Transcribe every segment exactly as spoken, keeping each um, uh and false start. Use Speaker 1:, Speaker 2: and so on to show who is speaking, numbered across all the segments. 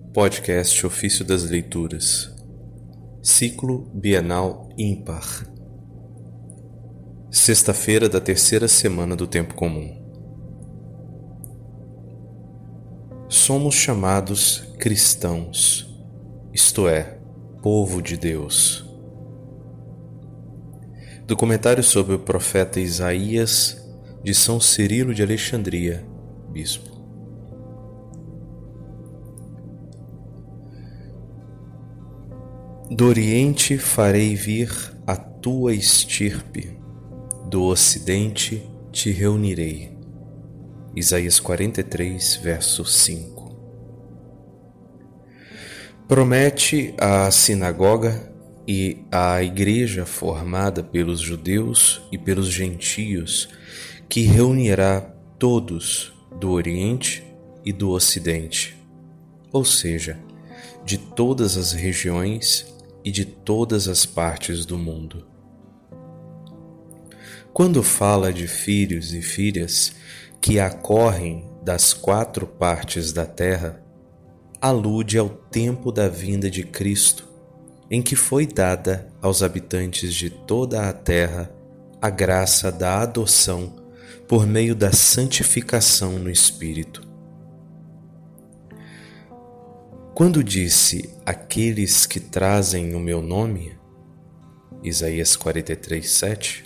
Speaker 1: Podcast Ofício das Leituras, Ciclo Bienal Ímpar, sexta-feira da terceira semana do Tempo Comum. Somos chamados cristãos, isto é, povo de Deus. Do comentário sobre o profeta Isaías, de São Cirilo de Alexandria, bispo. Do Oriente farei vir a tua estirpe, do Ocidente te reunirei. Isaías quarenta e três, verso cinco. Promete à sinagoga e à igreja formada pelos judeus e pelos gentios que reunirá todos do Oriente e do Ocidente, ou seja, de todas as regiões e de todas as partes do mundo. Quando fala de filhos e filhas que acorrem das quatro partes da terra, alude ao tempo da vinda de Cristo, em que foi dada aos habitantes de toda a terra a graça da adoção por meio da santificação no Espírito. Quando disse aqueles que trazem o meu nome, Isaías quarenta e três, sete,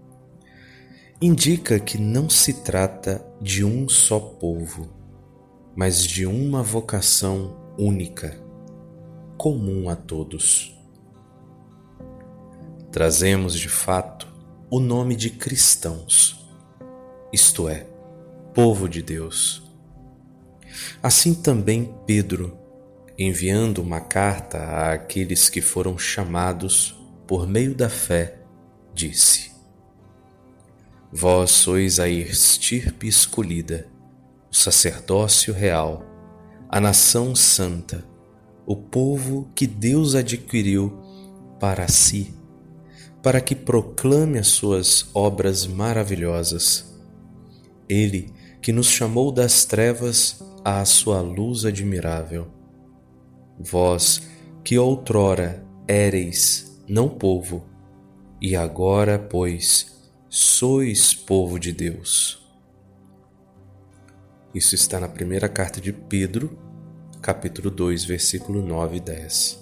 Speaker 1: indica que não se trata de um só povo, mas de uma vocação única, comum a todos. Trazemos de fato o nome de cristãos, isto é, povo de Deus. Assim também Pedro, enviando uma carta àqueles que foram chamados por meio da fé, disse: Vós sois a estirpe escolhida, o sacerdócio real, a nação santa, o povo que Deus adquiriu para si, para que proclame as suas obras maravilhosas. Ele que nos chamou das trevas à sua luz admirável. Vós que outrora éreis não povo, e agora, pois, sois povo de Deus. Isso está na primeira carta de Pedro, capítulo dois, versículo nove e dez.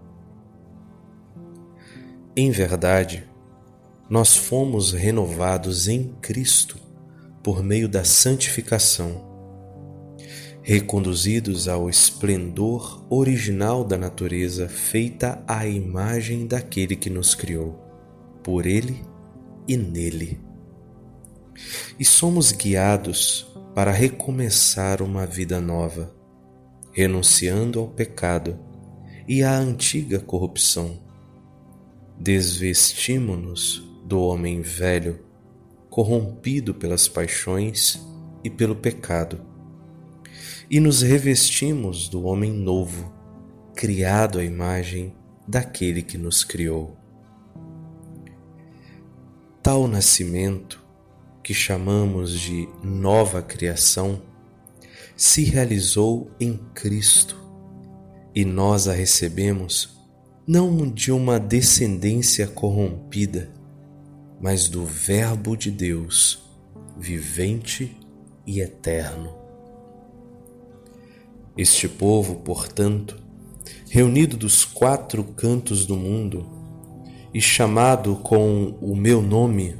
Speaker 1: Em verdade, nós fomos renovados em Cristo por meio da santificação, reconduzidos ao esplendor original da natureza feita à imagem daquele que nos criou, por Ele e nele. E somos guiados para recomeçar uma vida nova, renunciando ao pecado e à antiga corrupção. Desvestimo-nos do homem velho, corrompido pelas paixões e pelo pecado, e nos revestimos do homem novo, criado à imagem daquele que nos criou. Tal nascimento, que chamamos de nova criação, se realizou em Cristo, e nós a recebemos não de uma descendência corrompida, mas do Verbo de Deus, vivente e eterno. Este povo, portanto, reunido dos quatro cantos do mundo e chamado com o meu nome,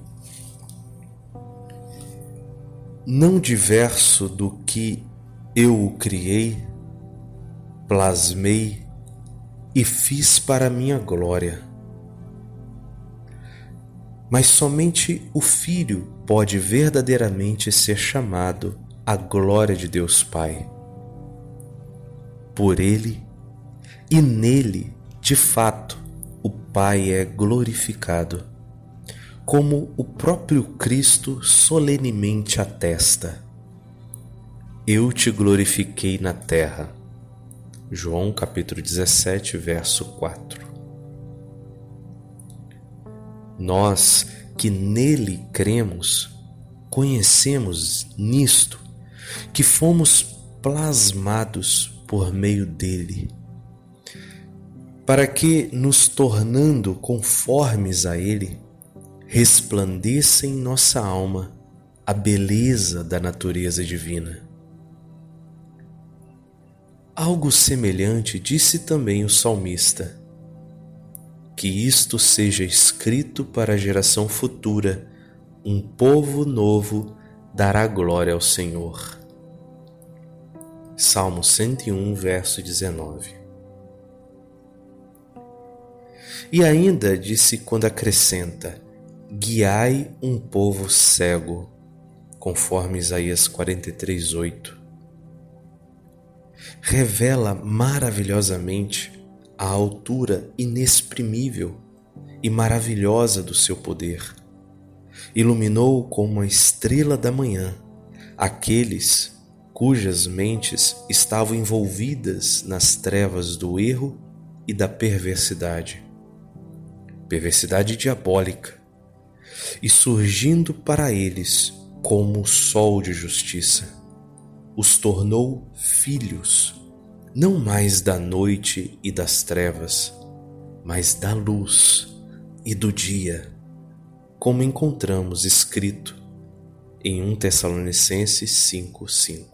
Speaker 1: não diverso do que eu o criei, plasmei e fiz para minha glória. Mas somente o Filho pode verdadeiramente ser chamado a glória de Deus Pai. Por Ele e nele, de fato, o Pai é glorificado, como o próprio Cristo solenemente atesta: Eu te glorifiquei na terra. João capítulo dezessete, verso quatro. Nós que nele cremos, conhecemos nisto que fomos plasmados por meio dele, para que, nos tornando conformes a ele, resplandeça em nossa alma a beleza da natureza divina. Algo semelhante disse também o salmista: que isto seja escrito para a geração futura, um povo novo dará glória ao Senhor. Salmo cento e um, verso dezenove. E ainda disse quando acrescenta: guiai um povo cego, conforme Isaías quarenta e três, oito. Revela maravilhosamente a altura inexprimível e maravilhosa do seu poder. Iluminou como uma estrela da manhã aqueles cujas mentes estavam envolvidas nas trevas do erro e da perversidade, perversidade diabólica, e surgindo para eles como o sol de justiça, os tornou filhos, não mais da noite e das trevas, mas da luz e do dia, como encontramos escrito em Primeira Tessalonicenses cinco, cinco.